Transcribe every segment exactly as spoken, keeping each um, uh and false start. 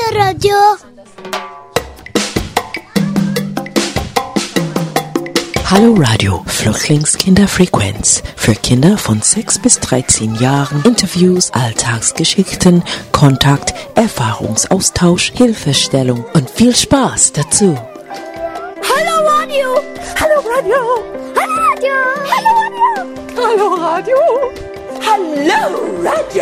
Radio. Hallo Radio, Flüchtlingskinderfrequenz. Für Kinder von sechs bis dreizehn Jahren. Interviews, Alltagsgeschichten, Kontakt, Erfahrungsaustausch, Hilfestellung und viel Spaß dazu. Hallo Radio. Hallo Radio. Hallo Radio. Hallo Radio. Hallo Radio. Hallo Radio.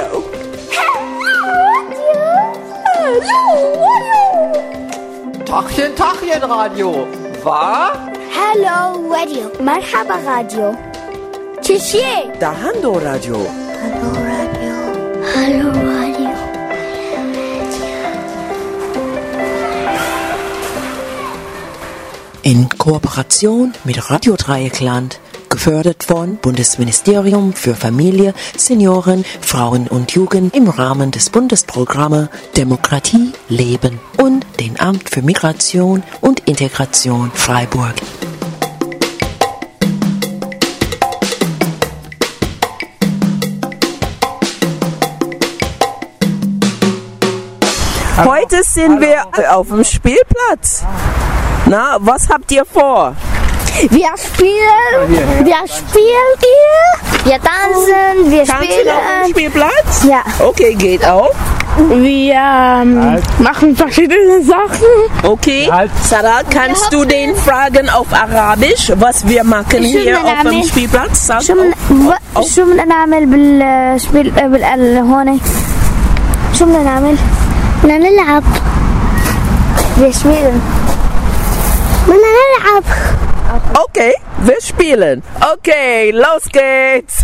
Hallo Radio. Tachchen, Tachchen Radio. Was? Hello Radio. Marhaba Radio. Tschüssi. Dahando Radio. Hallo Radio. Hallo Radio. In Kooperation mit Radio Dreieckland, gefördert von Bundesministerium für Familie, Senioren, Frauen und Jugend im Rahmen des Bundesprogramms Demokratie, Leben und den Amt für Migration und Integration Freiburg. Heute sind wir auf dem Spielplatz. Na, was habt ihr vor? Wir spielen, wir spielen hier, wir tanzen, wir Tanzen spielen. auf dem Spielplatz? Ja. Okay, geht auch. Wir ähm, machen verschiedene Sachen. Okay. Sarah, kannst du den fragen auf Arabisch, was wir machen hier auf dem Spielplatz? Sag شو من auf. شو بدنا نعمل بالسبيل بال هون؟ شو بدنا نعمل؟ بدنا نلعب. Wir spielen. بدنا نلعب. Okay, wir spielen. Okay, los geht's.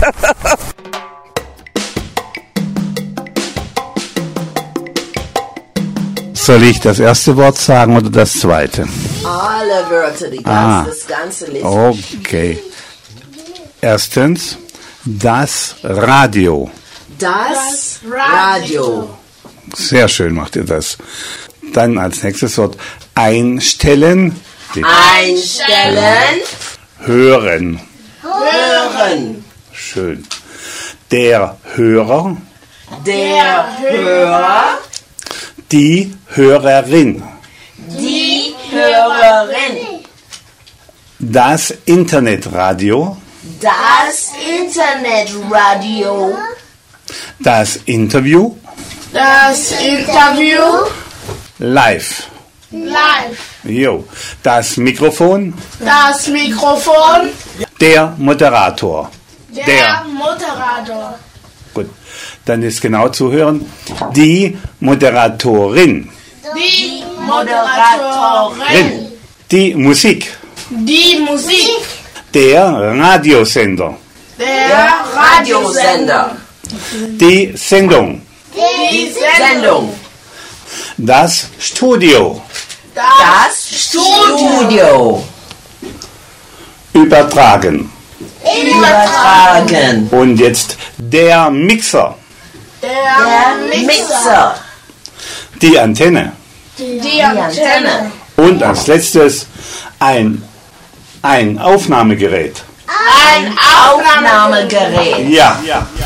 Soll ich das erste Wort sagen oder das zweite? Alle Wörter, die Ah. ganze, das ganze Lied. Okay. Erstens, das Radio. Das Radio. Sehr schön macht ihr das. Dann als nächstes Wort einstellen. Die Einstellen. hören. Hören. Schön. Der Hörer. Der Hörer. Die Hörerin. Die Hörerin. Das Internetradio. Das Internetradio. Das Interview. Das Interview Live. live. Jo. Das Mikrofon. Das Mikrofon. Der Moderator. Der, Der. Moderator. Gut. Dann ist genau zu hören. Die Moderatorin. Die Moderatorin. Die Musik. Die Musik. Der Radiosender. Der Radiosender. Die Sendung. Die Sendung. Das Studio. Das Studio. Übertragen. Übertragen. Und jetzt der Mixer. Der Mixer. Die Antenne. Die Die Antenne. Und als letztes ein, ein Aufnahmegerät. Ein Aufnahmegerät. Ja.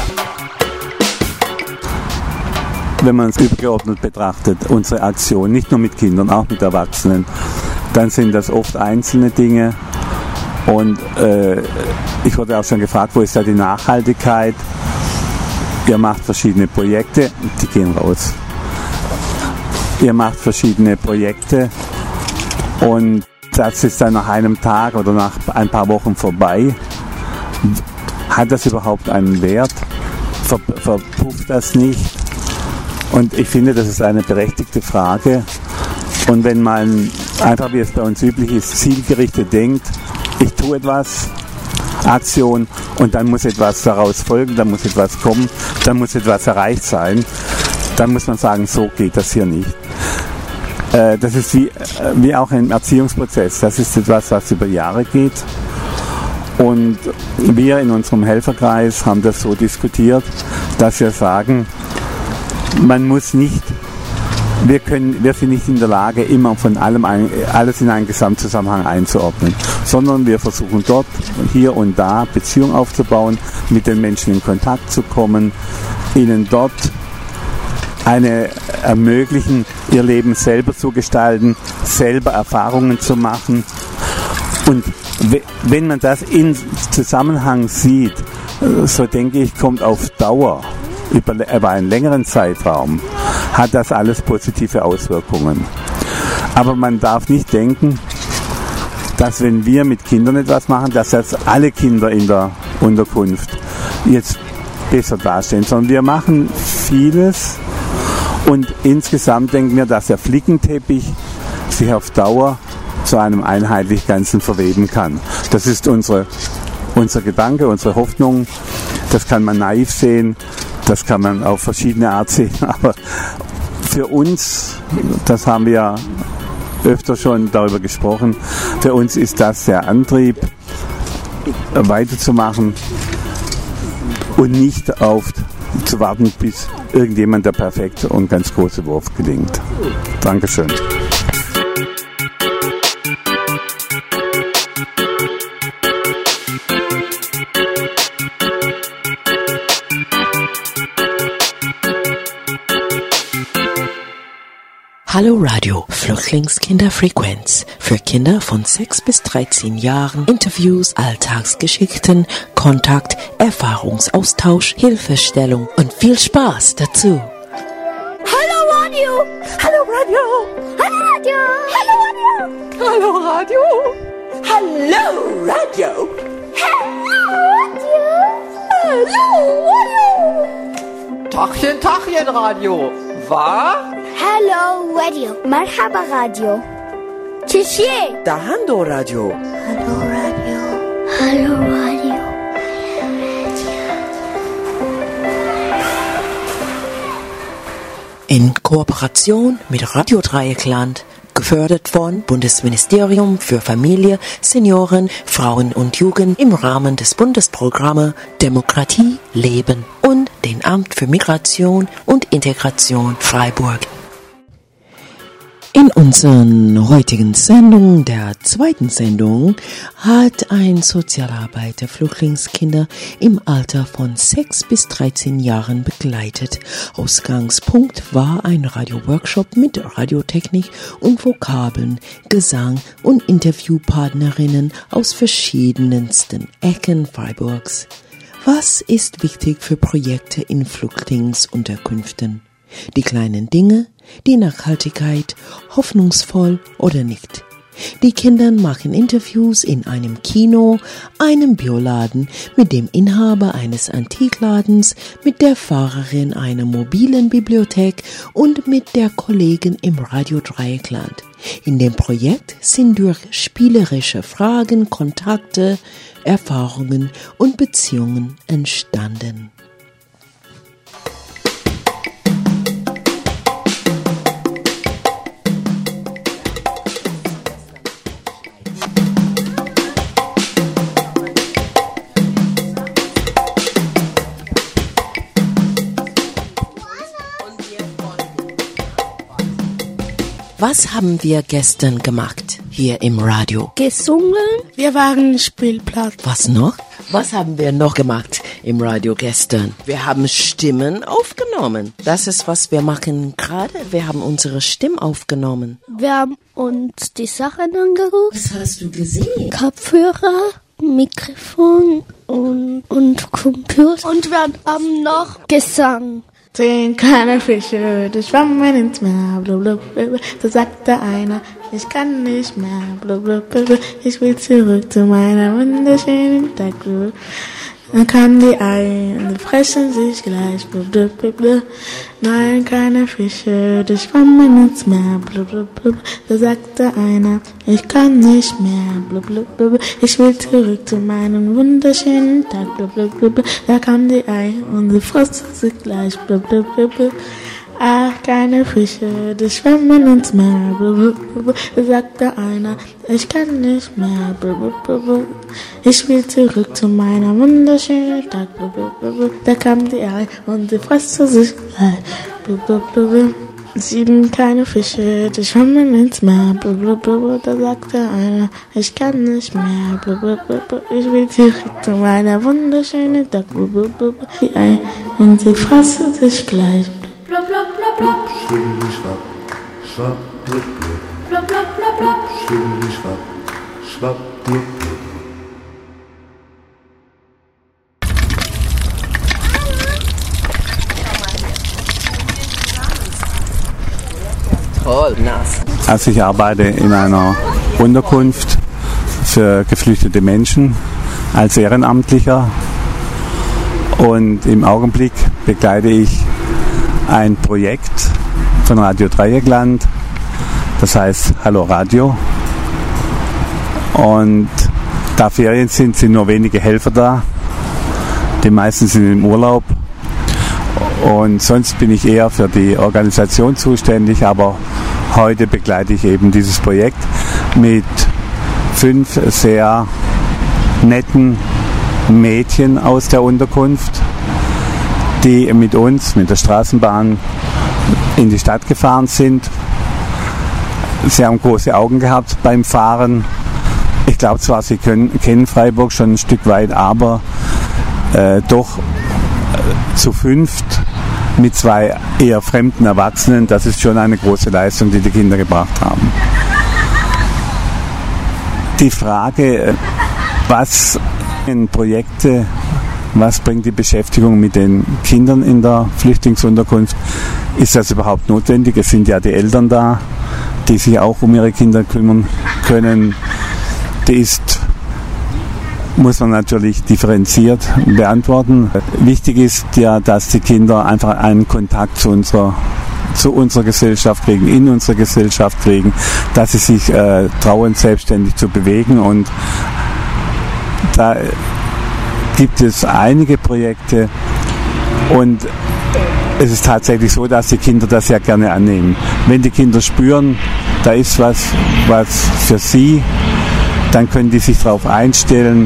Wenn man es übergeordnet betrachtet, unsere Aktion, nicht nur mit Kindern, auch mit Erwachsenen, dann sind das oft einzelne Dinge. Und äh, ich wurde auch schon gefragt, wo ist da die Nachhaltigkeit? Ihr macht verschiedene Projekte, die gehen raus. Ihr macht verschiedene Projekte und das ist dann nach einem Tag oder nach ein paar Wochen vorbei. Hat das überhaupt einen Wert? Ver, verpufft das nicht? Und ich finde, das ist eine berechtigte Frage. Und wenn man einfach, wie es bei uns üblich ist, zielgerichtet denkt, ich tue etwas, Aktion, und dann muss etwas daraus folgen, dann muss etwas kommen, dann muss etwas erreicht sein, dann muss man sagen, so geht das hier nicht. Äh, das ist wie, wie auch ein Erziehungsprozess. Das ist etwas, was über Jahre geht. Und wir in unserem Helferkreis haben das so diskutiert, dass wir sagen, man muss nicht, wir können, wir sind nicht in der Lage, immer von allem ein, alles in einen Gesamtzusammenhang einzuordnen, sondern wir versuchen dort, hier und da Beziehungen aufzubauen, mit den Menschen in Kontakt zu kommen, ihnen dort eine ermöglichen, ihr Leben selber zu gestalten, selber Erfahrungen zu machen. Und wenn man das in Zusammenhang sieht, so denke ich, kommt auf Dauer, über, über einen längeren Zeitraum, hat das alles positive Auswirkungen. Aber man darf nicht denken, dass wenn wir mit Kindern etwas machen, dass jetzt alle Kinder in der Unterkunft jetzt besser dastehen, sondern wir machen vieles und insgesamt denken wir, dass der Flickenteppich sich auf Dauer zu einem einheitlichen Ganzen verweben kann. Das ist unsere, unser Gedanke, unsere Hoffnung. Das kann man naiv sehen, das kann man auf verschiedene Art sehen, aber für uns, das haben wir öfter schon darüber gesprochen, für uns ist das der Antrieb, weiterzumachen und nicht auf zu warten, bis irgendjemand der perfekte und ganz große Wurf gelingt. Dankeschön. Hallo Radio, Flüchtlingskinderfrequenz. Für Kinder von sechs bis dreizehn Jahren. Interviews, Alltagsgeschichten, Kontakt, Erfahrungsaustausch, Hilfestellung und viel Spaß dazu. Hallo Radio! Hallo Radio! Hallo Radio! Hallo Radio! Hallo Radio! Hallo Radio! Tachchen, Tachchen, Radio. Was? Hello Radio. Marhaba Radio. Tschüssi. Dahando Radio. Hallo Radio. Hallo Radio. In Kooperation mit Radio Dreieckland, gefördert von Bundesministerium für Familie, Senioren, Frauen und Jugend im Rahmen des Bundesprogramms Demokratie, Leben und den Amt für Migration und Integration Freiburg. In unseren heutigen Sendung, der zweiten Sendung, hat ein Sozialarbeiter Flüchtlingskinder im Alter von sechs bis dreizehn Jahren begleitet. Ausgangspunkt war ein Radioworkshop mit Radiotechnik und Vokabeln, Gesang und Interviewpartnerinnen aus verschiedensten Ecken Freiburgs. Was ist wichtig für Projekte in Flüchtlingsunterkünften? Die kleinen Dinge, die Nachhaltigkeit, hoffnungsvoll oder nicht. Die Kinder machen Interviews in einem Kino, einem Bioladen, mit dem Inhaber eines Antikladens, mit der Fahrerin einer mobilen Bibliothek und mit der Kollegin im Radio Dreieckland. In dem Projekt sind durch spielerische Fragen, Kontakte, Erfahrungen und Beziehungen entstanden. Was haben wir gestern gemacht hier im Radio? Gesungen. Wir waren Spielplatz. Was noch? Was haben wir noch gemacht im Radio gestern? Wir haben Stimmen aufgenommen. Das ist, was wir machen gerade. Wir haben unsere Stimmen aufgenommen. Wir haben uns die Sachen angeguckt. Was hast du gesehen? Kopfhörer, Mikrofon und, und Computer. Und wir haben noch Gesang. Zehn kleine Fische, die schwammen ins Meer, blub, blub, blub. Da sagte einer, ich kann nicht mehr, blub, blub, blub. Ich will zurück zu meiner wunderschönen Tag, blub. Dann kamen die Eier und die fressen sich gleich, blub, blub, blub, blub. Nein, keine Fische, die schwammen ins Meer, blub, blub, blub. Da sagte einer, ich kann nicht mehr, blub, blub, blub. Ich will zurück zu meinem wunderschönen Tag, blub, blub, blub. Da kamen die Eier und die fressen sich gleich, blub, blub, blub, blub. Ach, keine Fische, die schwammen ins Meer, blub, blub, blub. Da sagte einer, ich kann nicht mehr, blub, blub, blub. Ich will zurück zu meiner wunderschönen Tag, blub, blub, blub. Da kam die Ei und die fressen sich gleich, blub, blub, blub. Sieben kleine Fische, die schwammen ins Meer, blub, blub, blub. Da sagte einer, ich kann nicht mehr, blub, blub, blub. Ich will zurück zu meiner wunderschönen Tag, blub, blub, blub. Die Ei und die fressen sich gleich, blub, blub, blub, blub, schwibbidi schwapp, schwapp, blub, blub. Blub, blub, blub, blub, schwibbidi schwapp, schwapp, blub, blub. Toll, nass. Also ich arbeite in einer Unterkunft für geflüchtete Menschen als Ehrenamtlicher und im Augenblick begleite ich ein Projekt von Radio Dreieckland, das heißt Hallo Radio, und da Ferien sind, sind nur wenige Helfer da, die meisten sind im Urlaub und sonst bin ich eher für die Organisation zuständig, aber heute begleite ich eben dieses Projekt mit fünf sehr netten Mädchen aus der Unterkunft, die mit uns, mit der Straßenbahn in die Stadt gefahren sind. Sie haben große Augen gehabt beim Fahren. Ich glaube zwar, sie können, kennen Freiburg schon ein Stück weit, aber äh, doch äh, zu fünft mit zwei eher fremden Erwachsenen, das ist schon eine große Leistung, die die Kinder gebracht haben. Die Frage, was in Projekte, was bringt die Beschäftigung mit den Kindern in der Flüchtlingsunterkunft, ist das überhaupt notwendig? Es sind ja die Eltern da, die sich auch um ihre Kinder kümmern können. Die ist, muss man natürlich differenziert beantworten. Wichtig ist ja, dass die Kinder einfach einen Kontakt zu unserer, zu unserer Gesellschaft kriegen, in unserer Gesellschaft kriegen, dass sie sich äh, trauen, selbstständig zu bewegen, und da gibt es einige Projekte und es ist tatsächlich so, dass die Kinder das ja gerne annehmen. Wenn die Kinder spüren, da ist was, was für sie, dann können die sich darauf einstellen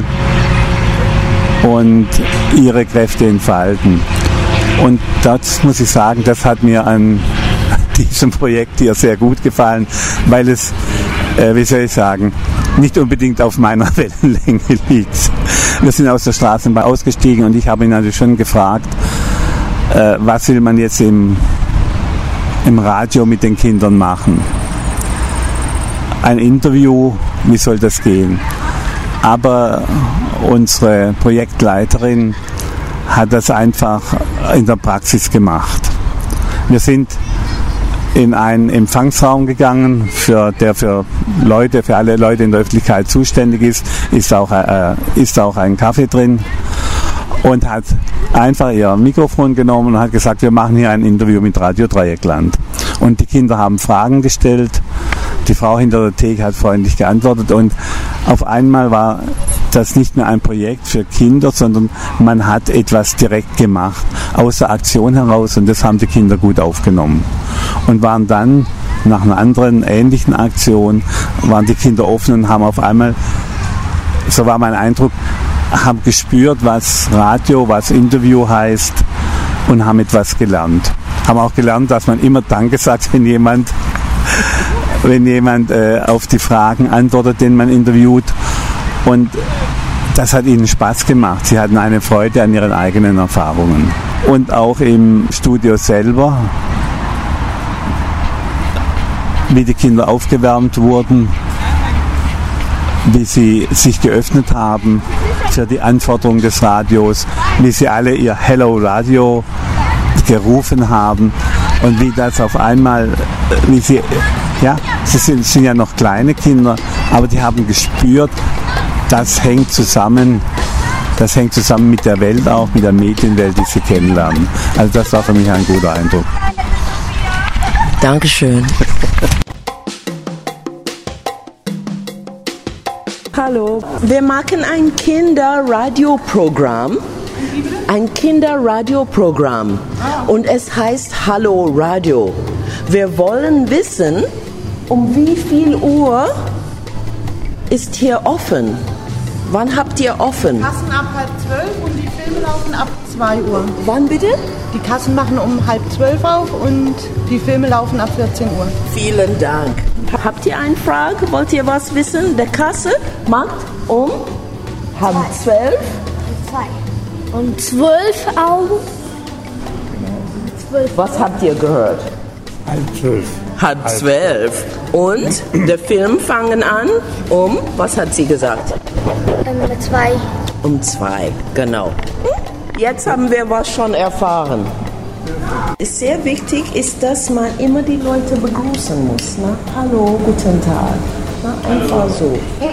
und ihre Kräfte entfalten. Und das muss ich sagen, das hat mir an diesem Projekt hier sehr gut gefallen, weil es, äh, wie soll ich sagen, nicht unbedingt auf meiner Wellenlänge liegt. Wir sind aus der Straßenbahn ausgestiegen und ich habe ihn natürlich schon gefragt, äh, was will man jetzt im, im Radio mit den Kindern machen? Ein Interview, wie soll das gehen? Aber unsere Projektleiterin hat das einfach in der Praxis gemacht. Wir sind in einen Empfangsraum gegangen, für, der für Leute, für alle Leute in der Öffentlichkeit zuständig ist, ist auch, äh, ist auch ein Kaffee drin, und hat einfach ihr Mikrofon genommen und hat gesagt, wir machen hier ein Interview mit Radio Dreieckland. Und die Kinder haben Fragen gestellt, die Frau hinter der Theke hat freundlich geantwortet, und auf einmal war das nicht mehr ein Projekt für Kinder, sondern man hat etwas direkt gemacht, aus der Aktion heraus, und das haben die Kinder gut aufgenommen. Und waren dann, nach einer anderen ähnlichen Aktion, waren die Kinder offen und haben auf einmal, so war mein Eindruck, haben gespürt, was Radio, was Interview heißt, und haben etwas gelernt. Haben auch gelernt, dass man immer Danke sagt, wenn jemand, wenn jemand äh, auf die Fragen antwortet, den man interviewt. Und das hat ihnen Spaß gemacht. Sie hatten eine Freude an ihren eigenen Erfahrungen. Und auch im Studio selber, wie die Kinder aufgewärmt wurden, wie sie sich geöffnet haben für die Anforderungen des Radios, wie sie alle ihr Hello Radio gerufen haben und wie das auf einmal, wie sie, ja, sie sind, sind ja noch kleine Kinder, aber die haben gespürt, das hängt zusammen, das hängt zusammen mit der Welt auch, mit der Medienwelt, die sie kennenlernen. Also das war für mich ein guter Eindruck. Dankeschön. Hallo, wir machen ein Kinderradioprogramm. Ein Kinderradioprogramm. Und es heißt Hallo Radio. Wir wollen wissen, um wie viel Uhr ist hier offen? Wann habt ihr offen? Die Kassen ab halb zwölf und die Filme laufen ab zwei Uhr. Wann bitte? Die Kassen machen um halb zwölf auf und die Filme laufen ab vierzehn Uhr. Vielen Dank. Habt ihr eine Frage? Wollt ihr was wissen? Der Kasse macht um halb zwölf? Zwei. Um zwölf Augen. Was habt ihr gehört? Halb zwölf. Halb zwölf. Und der Film fangen an um, was hat sie gesagt? Um zwei. Um zwei, genau. Jetzt haben wir was schon erfahren. Sehr wichtig ist, dass man immer die Leute begrüßen muss. Ne? Hallo, guten Tag. Na, einfach so.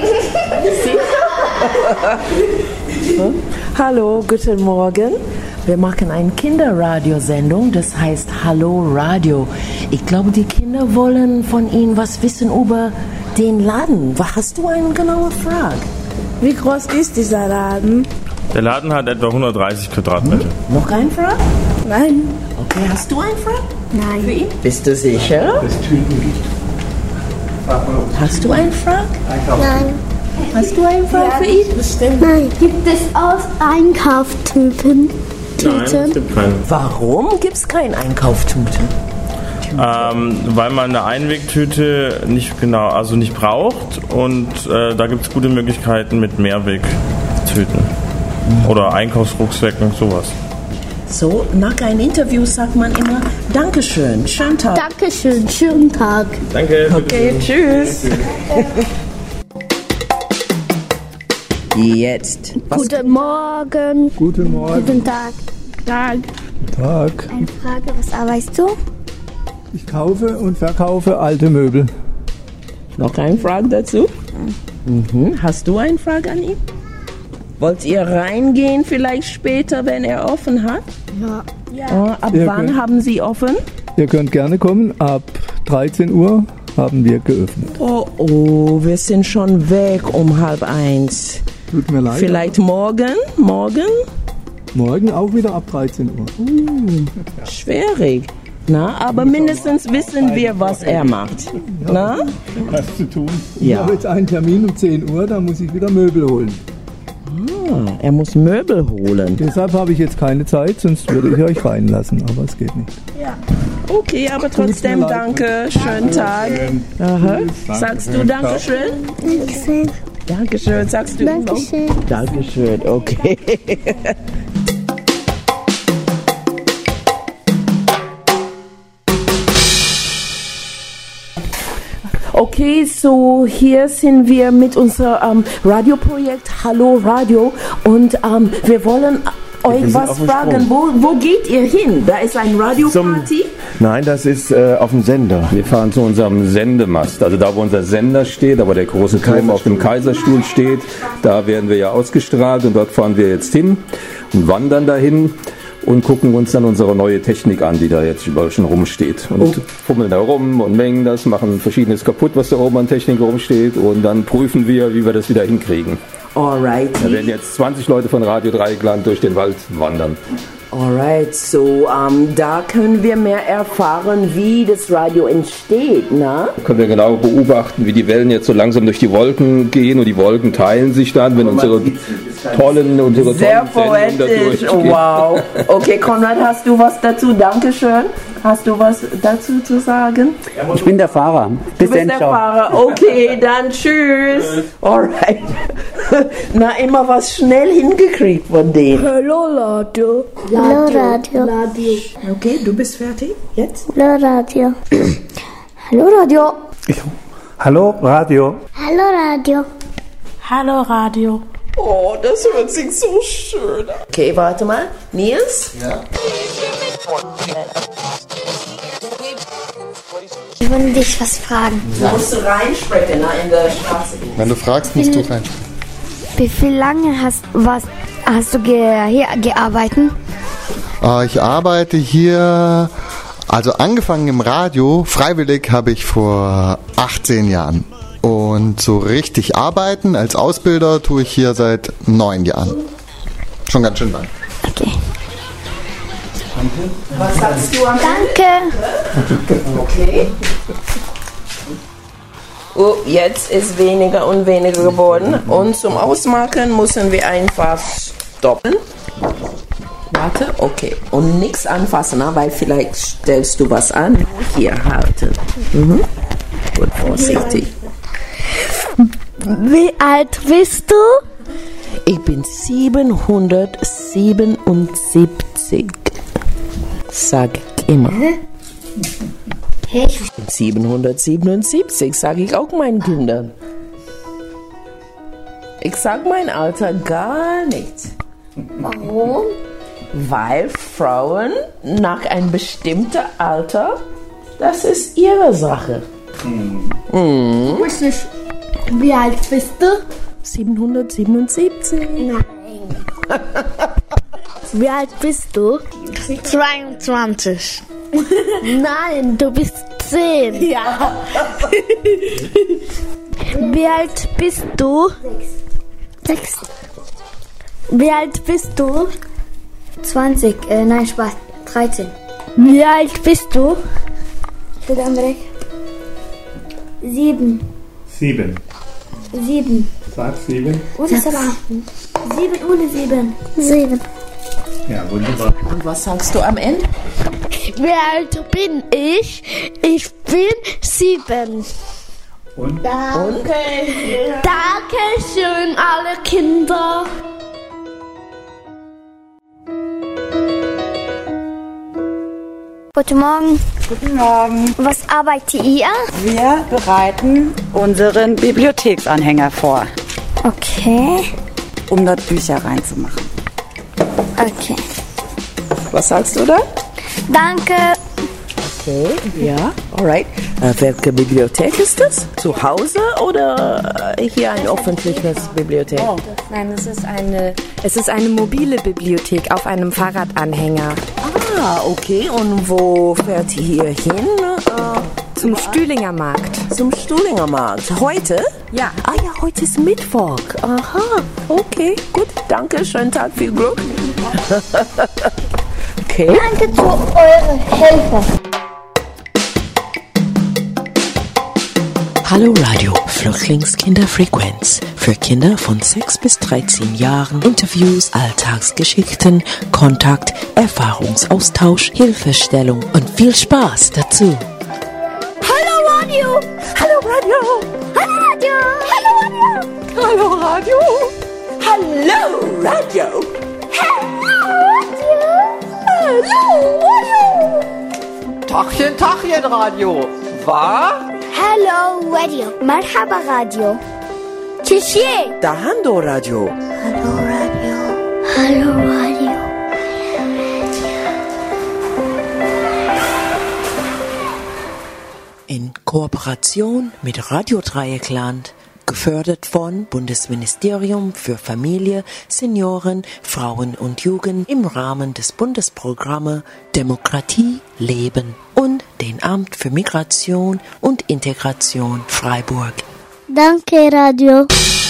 Hallo, guten Morgen. Wir machen eine Kinderradiosendung, das heißt Hallo Radio. Ich glaube, die Kinder wollen von Ihnen was wissen über den Laden. Hast du eine genaue Frage? Wie groß ist dieser Laden? Der Laden hat etwa hundertdreißig Quadratmeter. Hm? Noch ein Frage? Nein. Okay, hast du eine Frage? Nein. Für ihn? Bist du sicher? Das Tütenlicht. Hast du eine Frage? Nein. Hast du eine Frage für ihn? Bestimmt. Nein. Gibt es auch Einkaufstüten? Nein, es gibt keine. Warum gibt es keine Einkaufstüten? Ähm, weil man eine Einwegtüte nicht genau, also nicht braucht und äh, da gibt es gute Möglichkeiten mit Mehrwegtüten oder Einkaufsrucksäcken, sowas. So, nach einem Interview sagt man immer Dankeschön, schönen Tag. Dankeschön, schönen Tag. Danke. Okay, tschüss. Jetzt. Was? Guten Morgen. Guten Morgen. Guten Tag. Tag. Tag. Eine Frage, was arbeitest du? Ich kaufe und verkaufe alte Möbel. Noch eine Frage dazu? Mhm. Hast du eine Frage an ihn? Wollt ihr reingehen vielleicht später, wenn er offen hat? Ja. Ja. Oh, ab Ihr wann könnt- haben Sie offen? Ihr könnt gerne kommen. Ab dreizehn Uhr haben wir geöffnet. Oh, oh, wir sind schon weg um halb eins. Tut mir leid. Vielleicht morgen? Morgen? Morgen auch wieder ab dreizehn Uhr. Uh, schwierig. Na, aber mindestens wissen wir, was er macht. Na? Was zu tun. Ich Ja. habe jetzt einen Termin um zehn Uhr, da muss ich wieder Möbel holen. Ah, er muss Möbel holen. Deshalb habe ich jetzt keine Zeit, sonst würde ich euch reinlassen, aber es geht nicht. Okay, aber trotzdem Tut's mir leid. danke. Schönen Tag. Aha. Sagst du Dankeschön? Dankeschön. Dankeschön. Sagst du ihm auch? Dankeschön. Dankeschön, okay. Okay, so hier sind wir mit unserem ähm, Radioprojekt Hallo Radio und ähm, wir wollen euch was fragen. Wo, wo geht ihr hin? Da ist ein Radioparty. Nein, das ist äh, auf dem Sender. Wir fahren zu unserem Sendemast. Also da, wo unser Sender steht, aber der große Turm auf dem Kaiserstuhl steht, da werden wir ja ausgestrahlt und dort fahren wir jetzt hin und wandern dahin und gucken uns dann unsere neue Technik an, die da jetzt überall schon rumsteht. Und oh. fummeln da rum und mengen das, machen Verschiedenes kaputt, was da oben an Technik rumsteht und dann prüfen wir, wie wir das wieder hinkriegen. Alright. Da werden jetzt zwanzig Leute von Radio Dreieckland durch den Wald wandern. Alright, so ähm, da können wir mehr erfahren, wie das Radio entsteht, ne? Da können wir genau beobachten, wie die Wellen jetzt so langsam durch die Wolken gehen und die Wolken teilen sich dann, wenn unsere tollen, unsere Sehr tollen Sendungen poetisch, da durchgehen. wow. Okay, Konrad, hast du was dazu? Dankeschön. Hast du was dazu zu sagen? Ich bin der Fahrer. Du bist der Fahrer. Okay, dann tschüss. Alright. Na, immer was schnell hingekriegt von denen. Hallo Radio. Hallo Radio. Okay, du bist fertig jetzt? Hallo Radio. Hallo Radio. Hallo Radio. Hallo Radio. Hallo Radio. Oh, das hört sich so schön an. Okay, warte mal. Nils? Ja. Ich wollte dich was fragen. Du musst reinsprechen, ne, in der Straße. Wenn du fragst, musst du rein. Wie viel lange hast, was, hast du ge, hier gearbeitet? Äh, ich arbeite hier, also angefangen im Radio, freiwillig habe ich vor achtzehn Jahren. Und so richtig arbeiten als Ausbilder tue ich hier seit neun Jahren. Schon ganz schön lang. Okay. Was sagst du am Danke. Okay. Oh, jetzt ist weniger und weniger geworden. Und zum Ausmachen müssen wir einfach stoppen. Warte, okay. Und nichts anfassen, ne? Weil vielleicht stellst du was an. Hier halten. Mhm. Gut, vorsichtig. Wie alt bist du? Ich bin siebenhundertsiebenundsiebzig. Sag ich immer. siebenhundertsiebenundsiebzig sage ich auch meinen Kindern. Ich sage mein Alter gar nicht. Warum? Weil Frauen nach einem bestimmten Alter, das ist ihre Sache. Mhm. Du bist nicht. Wie alt bist du? siebenhundertsiebenundsiebzig. Nein. Wie alt bist du? zweiundzwanzig. Nein, du bist zehn. Ja. Wie alt bist du? Sechs. Wie alt bist du? zwanzig. Äh, nein, Spaß. dreizehn. Wie alt bist du? Steht am Reck. Sieben. Sieben. Sieben. Sag sieben. Ohne sieben. Sieben ohne sieben. Sieben. Ja, wunderbar. Und was sagst du am Ende? Wie alt bin ich? Ich bin sieben. Und? Danke. Danke schön, alle Kinder. Guten Morgen. Guten Morgen. Was arbeitet ihr? Wir bereiten unseren Bibliotheksanhänger vor. Okay. Um dort Bücher reinzumachen. Okay. Was sagst du da? Danke. Okay, ja, alright. Äh, welche Bibliothek ist das? Zu Hause oder äh, hier ein öffentliches Bibliothek? Oh. Nein, es ist eine, es ist eine mobile Bibliothek auf einem Fahrradanhänger. Ah, okay. Und wo fährt ihr hin? Äh, Zum Stühlinger Markt. Zum Stühlinger Markt. Heute? Ja. Ah ja, heute ist Mittwoch. Aha, okay, gut. Danke, schönen Tag, viel Glück. Okay. Danke für eure Hilfe. Hallo Radio, Flüchtlingskinderfrequenz. Für Kinder von sechs bis dreizehn Jahren. Interviews, Alltagsgeschichten, Kontakt, Erfahrungsaustausch, Hilfestellung und viel Spaß dazu. Hallo Radio. Hallo Radio. Hallo Radio. Hallo Radio. Hallo Radio. Hallo Radio. Tachchen, Tachchen Radio. Was? Hello Radio. Marhaba Radio. Tschüssi. Dahando Radio. Hallo Radio. Hallo Radio. In Kooperation mit Radio Dreieckland, gefördert von Bundesministerium für Familie, Senioren, Frauen und Jugend im Rahmen des Bundesprogrammes Demokratie, Leben und den Amt für Migration und Integration Freiburg. Danke Radio.